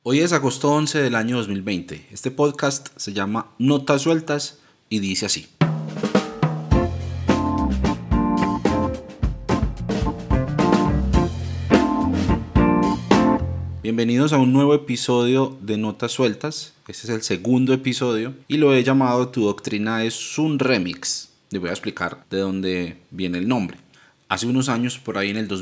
Hoy es agosto 11 del año 2020. Este podcast se llama Notas Sueltas y dice así. Bienvenidos a un nuevo episodio de Notas Sueltas. Este es el segundo episodio y lo he llamado Tu doctrina es un remix. Les voy a explicar de dónde viene el nombre. Hace unos años, por ahí en el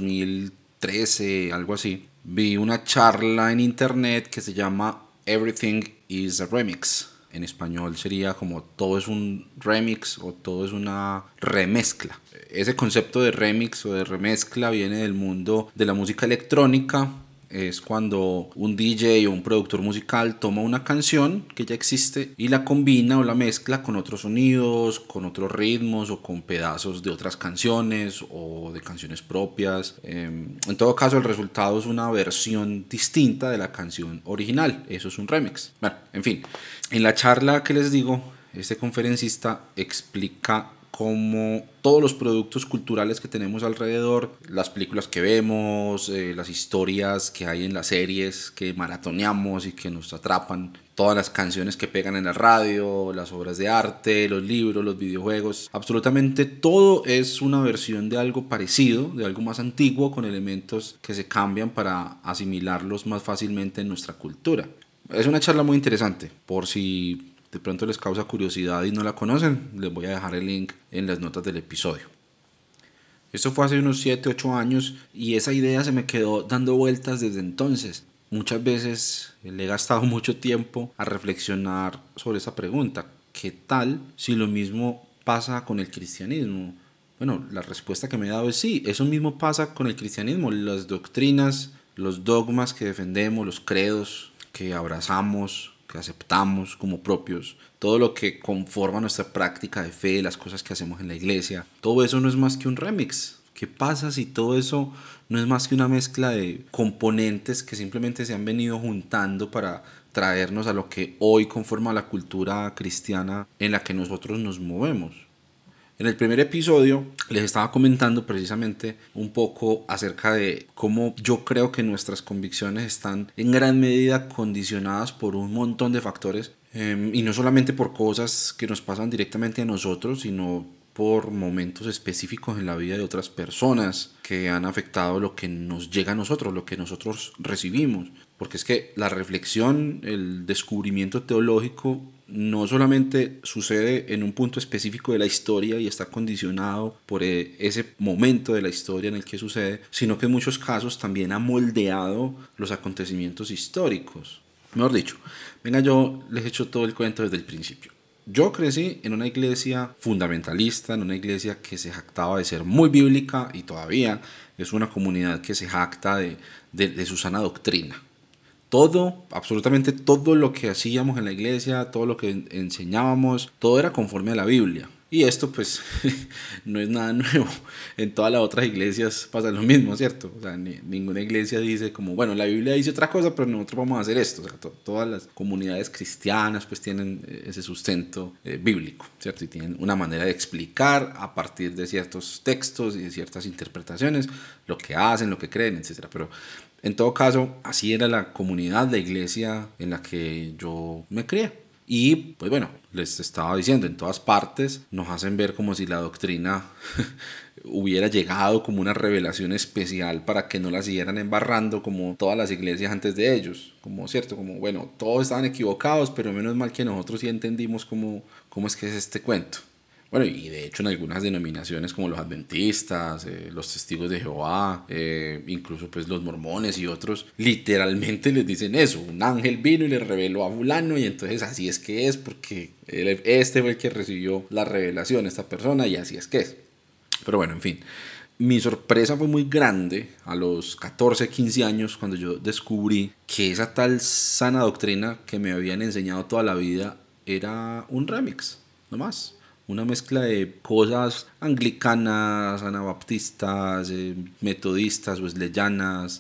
2013, algo así, vi una charla en internet que se llama Everything is a Remix. En español sería como todo es un remix o todo es una remezcla. Ese concepto de remix o de remezcla viene del mundo de la música electrónica. Es cuando un DJ o un productor musical toma una canción que ya existe y la combina o la mezcla con otros sonidos, con otros ritmos o con pedazos de otras canciones o de canciones propias. En todo caso, el resultado es una versión distinta de la canción original. Eso es un remix. Bueno, en fin, en la charla que les digo, este conferencista explica como todos los productos culturales que tenemos alrededor, las películas que vemos, las historias que hay en las series que maratoneamos y que nos atrapan, todas las canciones que pegan en la radio, las obras de arte, los libros, los videojuegos, absolutamente todo es una versión de algo parecido, de algo más antiguo, con elementos que se cambian para asimilarlos más fácilmente en nuestra cultura. Es una charla muy interesante, por si de pronto les causa curiosidad y no la conocen, les voy a dejar el link en las notas del episodio. Esto fue hace unos 7, 8 años y esa idea se me quedó dando vueltas desde entonces. Muchas veces le he gastado mucho tiempo a reflexionar sobre esa pregunta. ¿Qué tal si lo mismo pasa con el cristianismo? Bueno, la respuesta que me he dado es sí, eso mismo pasa con el cristianismo. Las doctrinas, los dogmas que defendemos, los credos que abrazamos, que aceptamos como propios, todo lo que conforma nuestra práctica de fe, las cosas que hacemos en la iglesia, todo eso no es más que un remix. ¿Qué pasa si todo eso no es más que una mezcla de componentes que simplemente se han venido juntando para traernos a lo que hoy conforma la cultura cristiana en la que nosotros nos movemos? En el primer episodio les estaba comentando precisamente un poco acerca de cómo yo creo que nuestras convicciones están en gran medida condicionadas por un montón de factores y no solamente por cosas que nos pasan directamente a nosotros, sino por momentos específicos en la vida de otras personas que han afectado lo que nos llega a nosotros, lo que nosotros recibimos. Porque es que la reflexión, el descubrimiento teológico no solamente sucede en un punto específico de la historia y está condicionado por ese momento de la historia en el que sucede, sino que en muchos casos también ha moldeado los acontecimientos históricos. Mejor dicho, venga, yo les he hecho todo el cuento desde el principio. Yo crecí en una iglesia fundamentalista, en una iglesia que se jactaba de ser muy bíblica y todavía es una comunidad que se jacta de su sana doctrina. Todo, absolutamente todo lo que hacíamos en la iglesia, todo lo que enseñábamos, todo era conforme a la Biblia. Y esto pues no es nada nuevo. En todas las otras iglesias pasa lo mismo, ¿cierto? O sea, ninguna iglesia dice como, bueno, la Biblia dice otra cosa, pero nosotros vamos a hacer esto. O sea, todas las comunidades cristianas pues tienen ese sustento bíblico, ¿cierto? Y tienen una manera de explicar a partir de ciertos textos y de ciertas interpretaciones lo que hacen, lo que creen, etc. Pero en todo caso, así era la comunidad, la iglesia en la que yo me crié. Y pues bueno, les estaba diciendo, en todas partes nos hacen ver como si la doctrina hubiera llegado como una revelación especial para que no la siguieran embarrando como todas las iglesias antes de ellos. Como cierto, como bueno, todos estaban equivocados, pero menos mal que nosotros sí entendimos cómo es que es este cuento. Bueno, y de hecho en algunas denominaciones como los adventistas, los testigos de Jehová, incluso pues los mormones y otros, literalmente les dicen eso, un ángel vino y le reveló a fulano y entonces así es que es porque este fue el que recibió la revelación, esta persona, y así es que es. Pero bueno, en fin, mi sorpresa fue muy grande a los 14, 15 años cuando yo descubrí que esa tal sana doctrina que me habían enseñado toda la vida era un remix, no más. Una mezcla de cosas anglicanas, anabaptistas, metodistas, wesleyanas,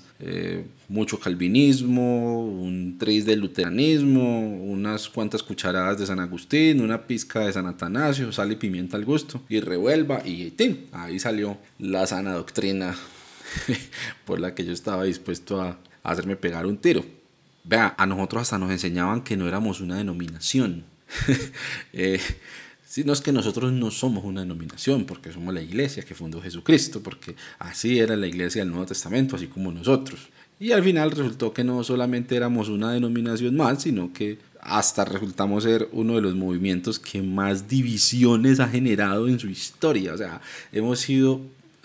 mucho calvinismo, un tris de luteranismo, unas cuantas cucharadas de San Agustín, una pizca de San Atanasio, sal y pimienta al gusto, y revuelva, y ¡tin! Ahí salió la sana doctrina por la que yo estaba dispuesto a hacerme pegar un tiro. Vea, a nosotros hasta nos enseñaban que no éramos una denominación. Sino es que nosotros no somos una denominación, porque somos la iglesia que fundó Jesucristo, porque así era la iglesia del Nuevo Testamento, así como nosotros. Y al final resultó que no solamente éramos una denominación más, sino que hasta resultamos ser uno de los movimientos que más divisiones ha generado en su historia. O sea, hemos sido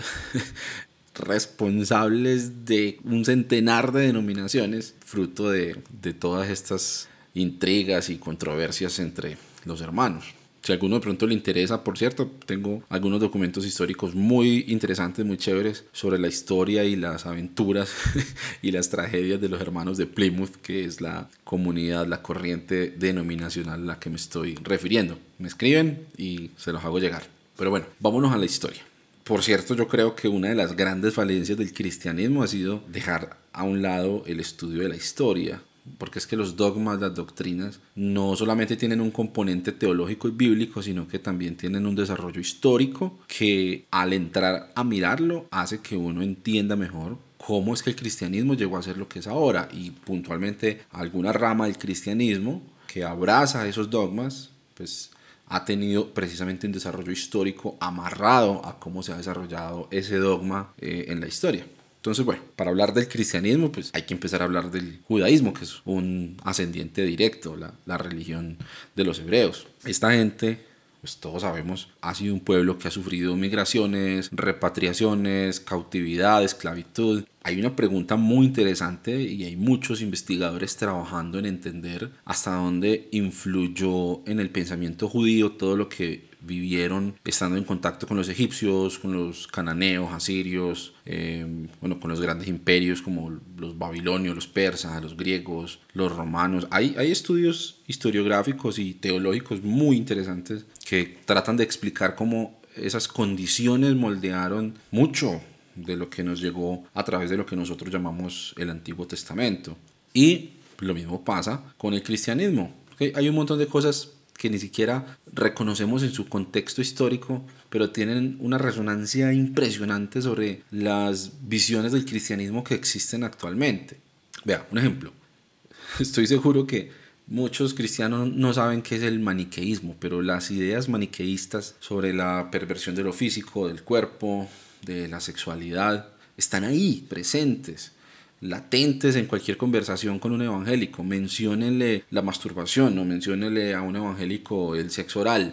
responsables de un centenar de denominaciones, fruto de todas estas intrigas y controversias entre los hermanos. Si a alguno de pronto le interesa, por cierto, tengo algunos documentos históricos muy interesantes, muy chéveres sobre la historia y las aventuras y las tragedias de los hermanos de Plymouth, que es la comunidad, la corriente denominacional a la que me estoy refiriendo. Me escriben y se los hago llegar. Pero bueno, vámonos a la historia. Por cierto, yo creo que una de las grandes falencias del cristianismo ha sido dejar a un lado el estudio de la historia. Porque es que los dogmas, las doctrinas, no solamente tienen un componente teológico y bíblico, sino que también tienen un desarrollo histórico que al entrar a mirarlo hace que uno entienda mejor cómo es que el cristianismo llegó a ser lo que es ahora. Y puntualmente alguna rama del cristianismo que abraza esos dogmas, pues ha tenido precisamente un desarrollo histórico amarrado a cómo se ha desarrollado ese dogma en la historia. Entonces, bueno, para hablar del cristianismo, pues hay que empezar a hablar del judaísmo, que es un ascendiente directo, la religión de los hebreos. Esta gente, pues todos sabemos, ha sido un pueblo que ha sufrido migraciones, repatriaciones, cautividad, esclavitud. Hay una pregunta muy interesante y hay muchos investigadores trabajando en entender hasta dónde influyó en el pensamiento judío todo lo que vivieron estando en contacto con los egipcios, con los cananeos, asirios, con los grandes imperios como los babilonios, los persas, los griegos, los romanos. Hay estudios historiográficos y teológicos muy interesantes que tratan de explicar cómo esas condiciones moldearon mucho de lo que nos llegó a través de lo que nosotros llamamos el Antiguo Testamento. Y lo mismo pasa con el cristianismo. ¿Okay? Hay un montón de cosas que ni siquiera reconocemos en su contexto histórico, pero tienen una resonancia impresionante sobre las visiones del cristianismo que existen actualmente. Vea, un ejemplo. Estoy seguro que muchos cristianos no saben qué es el maniqueísmo, pero las ideas maniqueístas sobre la perversión de lo físico, del cuerpo, de la sexualidad, están ahí, presentes, latentes en cualquier conversación con un evangélico. Menciónenle la masturbación, o menciónenle a un evangélico el sexo oral,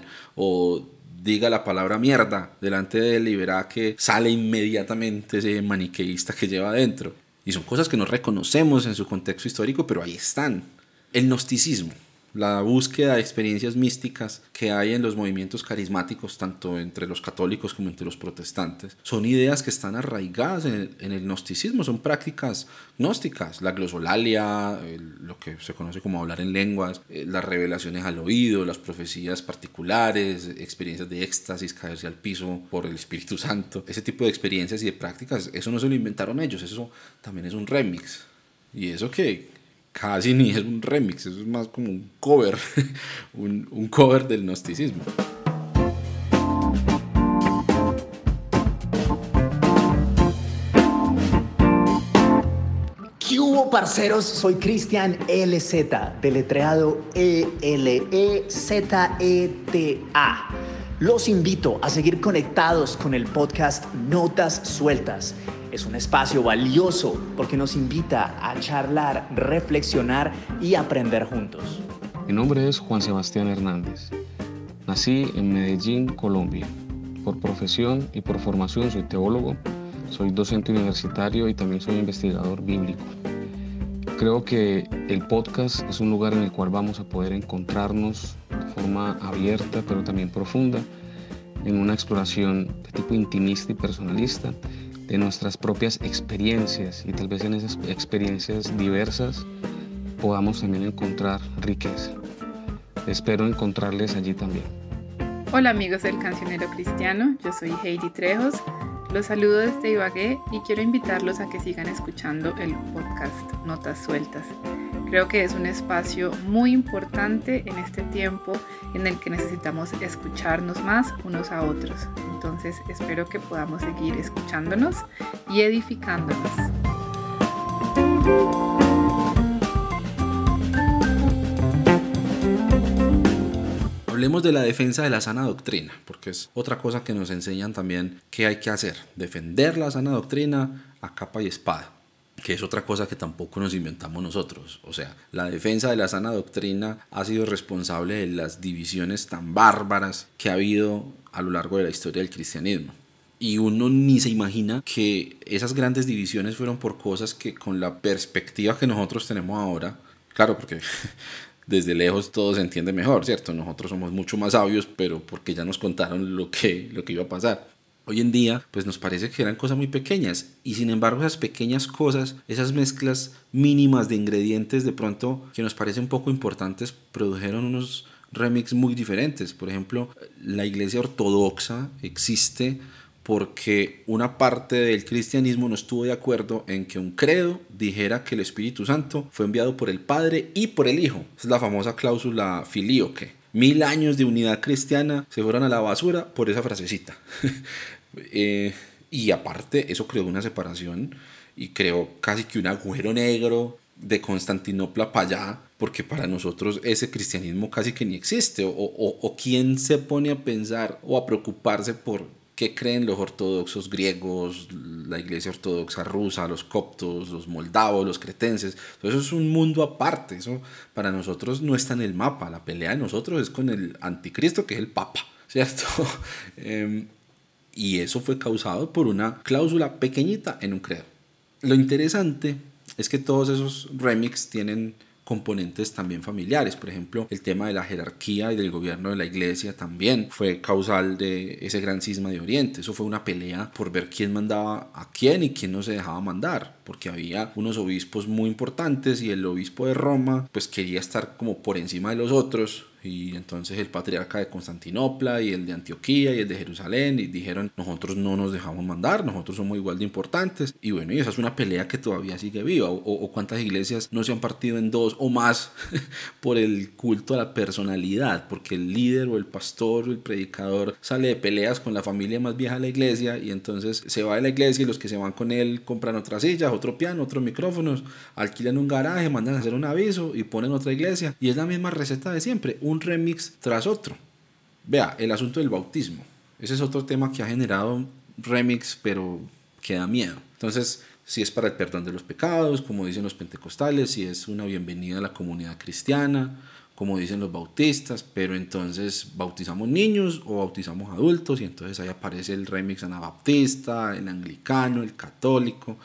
o diga la palabra mierda delante de él y verá que sale inmediatamente ese maniqueísta que lleva adentro. Y son cosas que no reconocemos en su contexto histórico, pero ahí están. El gnosticismo, la búsqueda de experiencias místicas que hay en los movimientos carismáticos, tanto entre los católicos como entre los protestantes, son ideas que están arraigadas en el gnosticismo, son prácticas gnósticas, la glosolalia, lo que se conoce como hablar en lenguas, las revelaciones al oído, las profecías particulares, experiencias de éxtasis, caerse al piso por el Espíritu Santo. Ese tipo de experiencias y de prácticas, eso no se lo inventaron ellos, eso también es un remix. Y eso que casi ni es un remix, eso es más como un cover, un cover del gnosticismo. ¿Qué hubo, parceros? Soy Cristian LZ, deletreado ELEZETA. Los invito a seguir conectados con el podcast Notas Sueltas. Es un espacio valioso porque nos invita a charlar, reflexionar y aprender juntos. Mi nombre es Juan Sebastián Hernández. Nací en Medellín, Colombia. Por profesión y por formación soy teólogo, soy docente universitario y también soy investigador bíblico. Creo que el podcast es un lugar en el cual vamos a poder encontrarnos de forma abierta pero también profunda en una exploración de tipo intimista y personalista de nuestras propias experiencias, y tal vez en esas experiencias diversas podamos también encontrar riqueza. Espero encontrarles allí también. Hola amigos del Cancionero Cristiano, yo soy Heidi Trejos, los saludo desde Ibagué y quiero invitarlos a que sigan escuchando el podcast Notas Sueltas. Creo que es un espacio muy importante en este tiempo en el que necesitamos escucharnos más unos a otros. Entonces espero que podamos seguir escuchándonos y edificándonos. hablemos de la defensa de la sana doctrina, porque es otra cosa que nos enseñan también que hay que hacer, defender la sana doctrina a capa y espada, que es otra cosa que tampoco nos inventamos nosotros. O sea, la defensa de la sana doctrina ha sido responsable de las divisiones tan bárbaras que ha habido a lo largo de la historia del cristianismo. Y uno ni se imagina que esas grandes divisiones fueron por cosas que con la perspectiva que nosotros tenemos ahora, claro, porque desde lejos todo se entiende mejor, ¿cierto? Nosotros somos mucho más sabios, pero porque ya nos contaron lo que iba a pasar. Hoy en día, pues nos parece que eran cosas muy pequeñas, y sin embargo esas pequeñas cosas, esas mezclas mínimas de ingredientes de pronto que nos parecen un poco importantes, produjeron unos remix muy diferentes. Por ejemplo, la iglesia ortodoxa existe porque una parte del cristianismo no estuvo de acuerdo en que un credo dijera que el Espíritu Santo fue enviado por el Padre y por el Hijo. Es la famosa cláusula filioque. 1000 años de unidad cristiana se fueron a la basura por esa frasecita. Y aparte eso creó una separación y creó casi que un agujero negro de Constantinopla para allá, porque para nosotros ese cristianismo casi que ni existe, o quién se pone a pensar o a preocuparse por qué creen los ortodoxos griegos, la iglesia ortodoxa rusa, los coptos, los moldavos, los cretenses. Eso es un mundo aparte, eso para nosotros no está en el mapa. La pelea de nosotros es con el anticristo, que es el papa, ¿cierto? Y eso fue causado por una cláusula pequeñita en un credo. Lo interesante es que todos esos remix tienen componentes también familiares. Por ejemplo, el tema de la jerarquía y del gobierno de la iglesia también fue causal de ese gran cisma de Oriente. Eso fue una pelea por ver quién mandaba a quién y quién no se dejaba mandar, porque había unos obispos muy importantes y el obispo de Roma pues quería estar como por encima de los otros, y entonces el patriarca de Constantinopla y el de Antioquía y el de Jerusalén y dijeron: nosotros no nos dejamos mandar, nosotros somos igual de importantes. Y bueno, y esa es una pelea que todavía sigue viva. O cuántas iglesias no se han partido en dos o más por el culto a la personalidad, porque el líder o el pastor o el predicador sale de peleas con la familia más vieja de la iglesia, y entonces se va de la iglesia y los que se van con él compran otras sillas, otro piano, otros micrófonos, alquilan un garaje, mandan a hacer un aviso y ponen otra iglesia, y es la misma receta de siempre, un remix tras otro. Vea, el asunto del bautismo, ese es otro tema que ha generado remix, pero que da miedo. Entonces, si es para el perdón de los pecados, como dicen los pentecostales, si es una bienvenida a la comunidad cristiana, como dicen los bautistas, pero entonces bautizamos niños o bautizamos adultos, y entonces ahí aparece el remix anabaptista, el anglicano, el católico.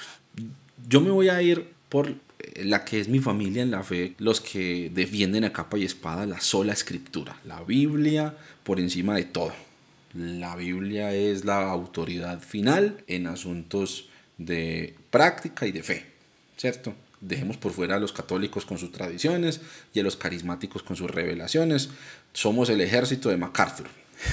Yo me voy a ir por la que es mi familia en la fe, los que defienden a capa y espada la sola escritura, la Biblia por encima de todo. La Biblia es la autoridad final en asuntos de práctica y de fe, ¿cierto? Dejemos por fuera a los católicos con sus tradiciones y a los carismáticos con sus revelaciones. Somos el ejército de MacArthur,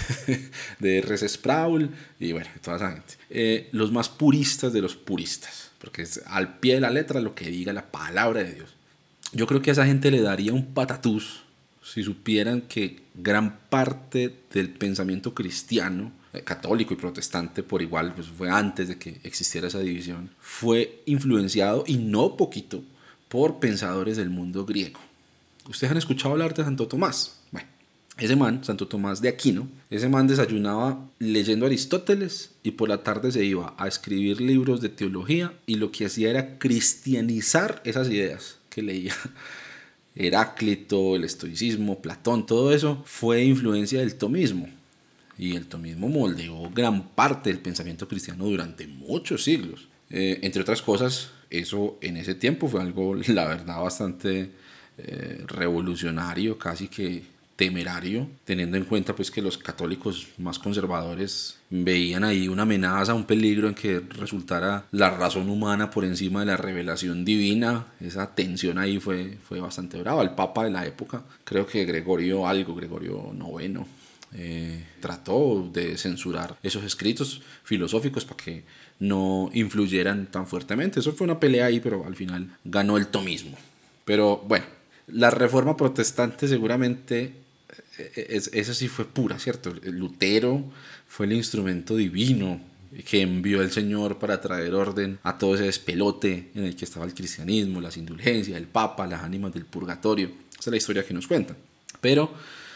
de R.C. Sproul y bueno, toda esa gente. Los más puristas de los puristas, porque es al pie de la letra lo que diga la palabra de Dios. Yo creo que a esa gente le daría un patatús si supieran que gran parte del pensamiento cristiano, católico y protestante por igual, pues fue antes de que existiera esa división, fue influenciado, y no poquito, por pensadores del mundo griego. ¿Ustedes han escuchado hablar de Santo Tomás? Bueno, ese man, Santo Tomás de Aquino, ese man desayunaba leyendo Aristóteles y por la tarde se iba a escribir libros de teología, y lo que hacía era cristianizar esas ideas que leía. Heráclito, el estoicismo, Platón, todo eso fue influencia del tomismo. Y el tomismo moldeó gran parte del pensamiento cristiano durante muchos siglos. Entre otras cosas, eso en ese tiempo fue algo, la verdad, bastante revolucionario, casi que temerario, teniendo en cuenta pues que los católicos más conservadores veían ahí una amenaza, un peligro en que resultara la razón humana por encima de la revelación divina. Esa tensión ahí fue bastante brava. El papa de la época, creo que Gregorio IX, trató de censurar esos escritos filosóficos para que no influyeran tan fuertemente. Eso fue una pelea ahí, pero al final ganó el tomismo. Pero bueno, la reforma protestante seguramente, esa sí fue pura, ¿cierto? Lutero fue el instrumento divino que envió el Señor para traer orden a todo ese despelote en el que estaba el cristianismo, las indulgencias, el papa, las ánimas del purgatorio. Esa es la historia que nos cuentan. Pero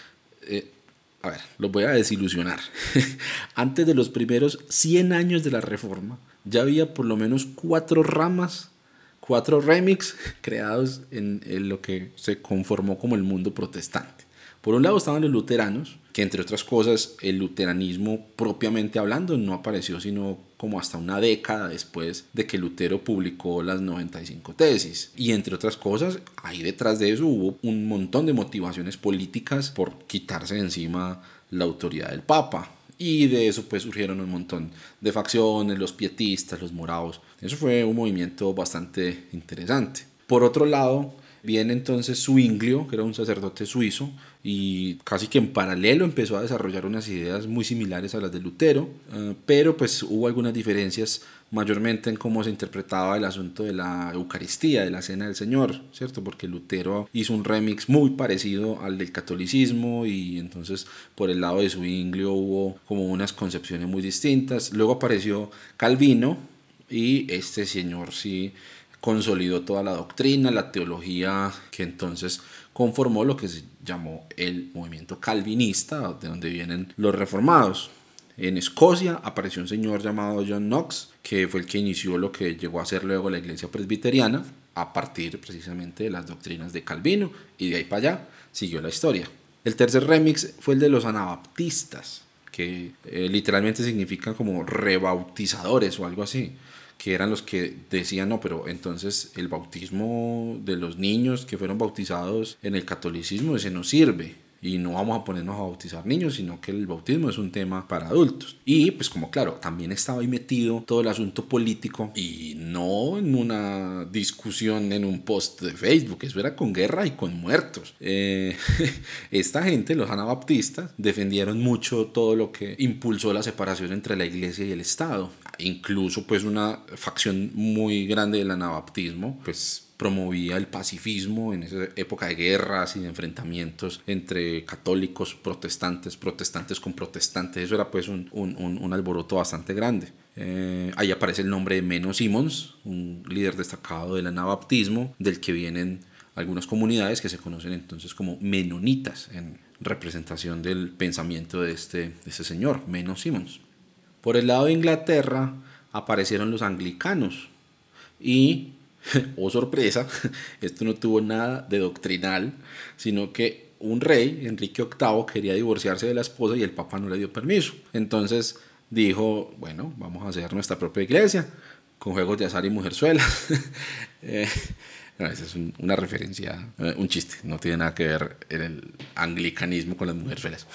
A ver, los voy a desilusionar. Antes de los primeros 100 años de la Reforma, ya había por lo menos 4 ramas, 4 remix creados en lo que se conformó como el mundo protestante. Por un lado estaban los luteranos, que entre otras cosas el luteranismo propiamente hablando no apareció sino como hasta una década después de que Lutero publicó las 95 tesis. Y entre otras cosas, ahí detrás de eso hubo un montón de motivaciones políticas por quitarse de encima la autoridad del Papa. Y de eso pues surgieron un montón de facciones, los pietistas, los moravos. Eso fue un movimiento bastante interesante. Por otro lado, viene entonces Zwinglio, que era un sacerdote suizo, y casi que en paralelo empezó a desarrollar unas ideas muy similares a las de Lutero, pero pues hubo algunas diferencias mayormente en cómo se interpretaba el asunto de la Eucaristía, de la Cena del Señor, ¿cierto? Porque Lutero hizo un remix muy parecido al del catolicismo y entonces por el lado de Zwinglio hubo como unas concepciones muy distintas. Luego apareció Calvino y este señor sí consolidó toda la doctrina, la teología que entonces conformó lo que se llamó el movimiento calvinista, de donde vienen los reformados. En Escocia apareció un señor llamado John Knox, que fue el que inició lo que llegó a ser luego la iglesia presbiteriana, a partir precisamente de las doctrinas de Calvino, y de ahí para allá siguió la historia. El tercer remix fue el de los anabaptistas, que literalmente significan como rebautizadores o algo así, que eran los que decían, no, pero entonces el bautismo de los niños que fueron bautizados en el catolicismo, ese no sirve y no vamos a ponernos a bautizar niños, sino que el bautismo es un tema para adultos. Y pues como claro, también estaba ahí metido todo el asunto político y no en una discusión en un post de Facebook, eso era con guerra y con muertos. Esta gente, los anabaptistas, defendieron mucho todo lo que impulsó la separación entre la iglesia y el Estado. Incluso pues una facción muy grande del anabaptismo pues promovía el pacifismo en esa época de guerras y de enfrentamientos entre católicos, protestantes con protestantes. Eso era pues un alboroto bastante grande. Ahí aparece el nombre de Menno Simons, un líder destacado del anabaptismo, del que vienen algunas comunidades que se conocen entonces como menonitas, en representación del pensamiento de este señor, Menno Simons. Por el lado de Inglaterra aparecieron los anglicanos y, oh sorpresa, esto no tuvo nada de doctrinal, sino que un rey, Enrique VIII, quería divorciarse de la esposa y el Papa no le dio permiso. Entonces dijo, bueno, vamos a hacer nuestra propia iglesia con juegos de azar y mujerzuelas. No, esa es una referencia, un chiste, no tiene nada que ver en el anglicanismo con las mujerzuelas.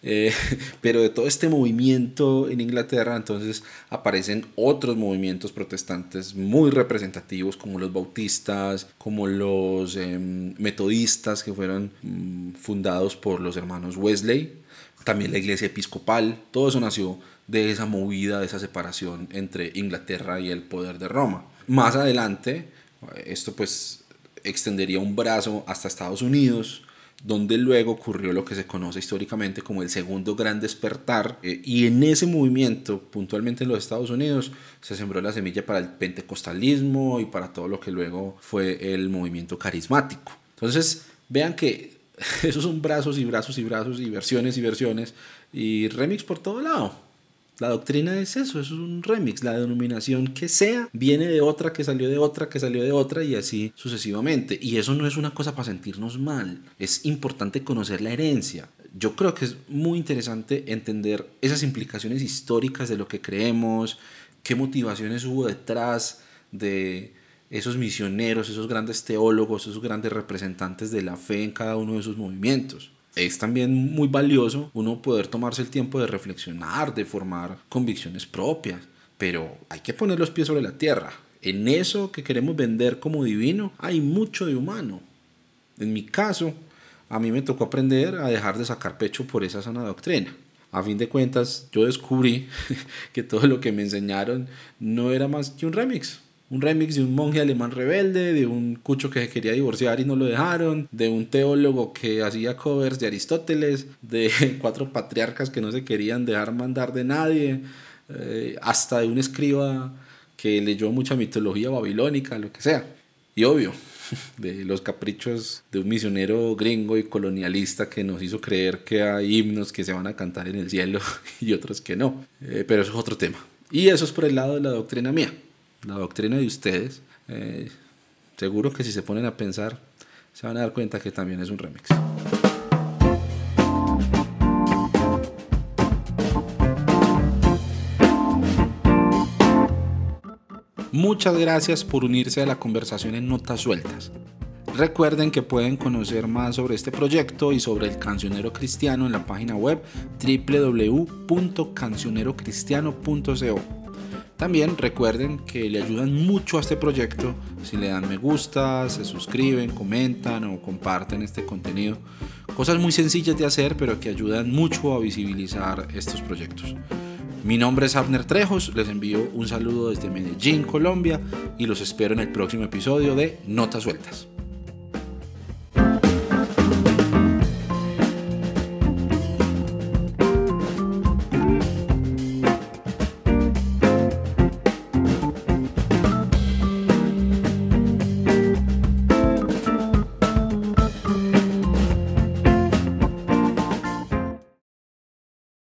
Pero de todo este movimiento en Inglaterra entonces aparecen otros movimientos protestantes muy representativos, como los bautistas, como los metodistas, que fueron fundados por los hermanos Wesley, también la iglesia episcopal. Todo eso nació de esa movida, de esa separación entre Inglaterra y el poder de Roma. Más adelante esto pues extendería un brazo hasta Estados Unidos, donde luego ocurrió lo que se conoce históricamente como el segundo gran despertar, y en ese movimiento, puntualmente en los Estados Unidos, se sembró la semilla para el pentecostalismo y para todo lo que luego fue el movimiento carismático. Entonces vean que esos son brazos y brazos y brazos y versiones y remix por todo lado. La doctrina es eso, es un remix. La denominación que sea viene de otra, que salió de otra, que salió de otra y así sucesivamente. Y eso no es una cosa para sentirnos mal. Es importante conocer la herencia. Yo creo que es muy interesante entender esas implicaciones históricas de lo que creemos, qué motivaciones hubo detrás de esos misioneros, esos grandes teólogos, esos grandes representantes de la fe en cada uno de esos movimientos. Es también muy valioso uno poder tomarse el tiempo de reflexionar, de formar convicciones propias, pero hay que poner los pies sobre la tierra. En eso que queremos vender como divino hay mucho de humano. En mi caso, a mí me tocó aprender a dejar de sacar pecho por esa sana doctrina. A fin de cuentas, yo descubrí que todo lo que me enseñaron no era más que un remix. Un remix de un monje alemán rebelde, de un cucho que se quería divorciar y no lo dejaron, de un teólogo que hacía covers de Aristóteles, de 4 patriarcas que no se querían dejar mandar de nadie, hasta de un escriba que leyó mucha mitología babilónica, lo que sea. Y obvio, de los caprichos de un misionero gringo y colonialista que nos hizo creer que hay himnos que se van a cantar en el cielo y otros que no. Pero eso es otro tema. Y eso es por el lado de la doctrina mía. La doctrina de ustedes, seguro que si se ponen a pensar, se van a dar cuenta que también es un remix. Muchas gracias por unirse a la conversación en Notas Sueltas. Recuerden que pueden conocer más sobre este proyecto y sobre el Cancionero Cristiano en la página web www.cancionerocristiano.co. También recuerden que le ayudan mucho a este proyecto si le dan me gusta, se suscriben, comentan o comparten este contenido. Cosas muy sencillas de hacer, pero que ayudan mucho a visibilizar estos proyectos. Mi nombre es Abner Trejos, les envío un saludo desde Medellín, Colombia, y los espero en el próximo episodio de Notas Sueltas.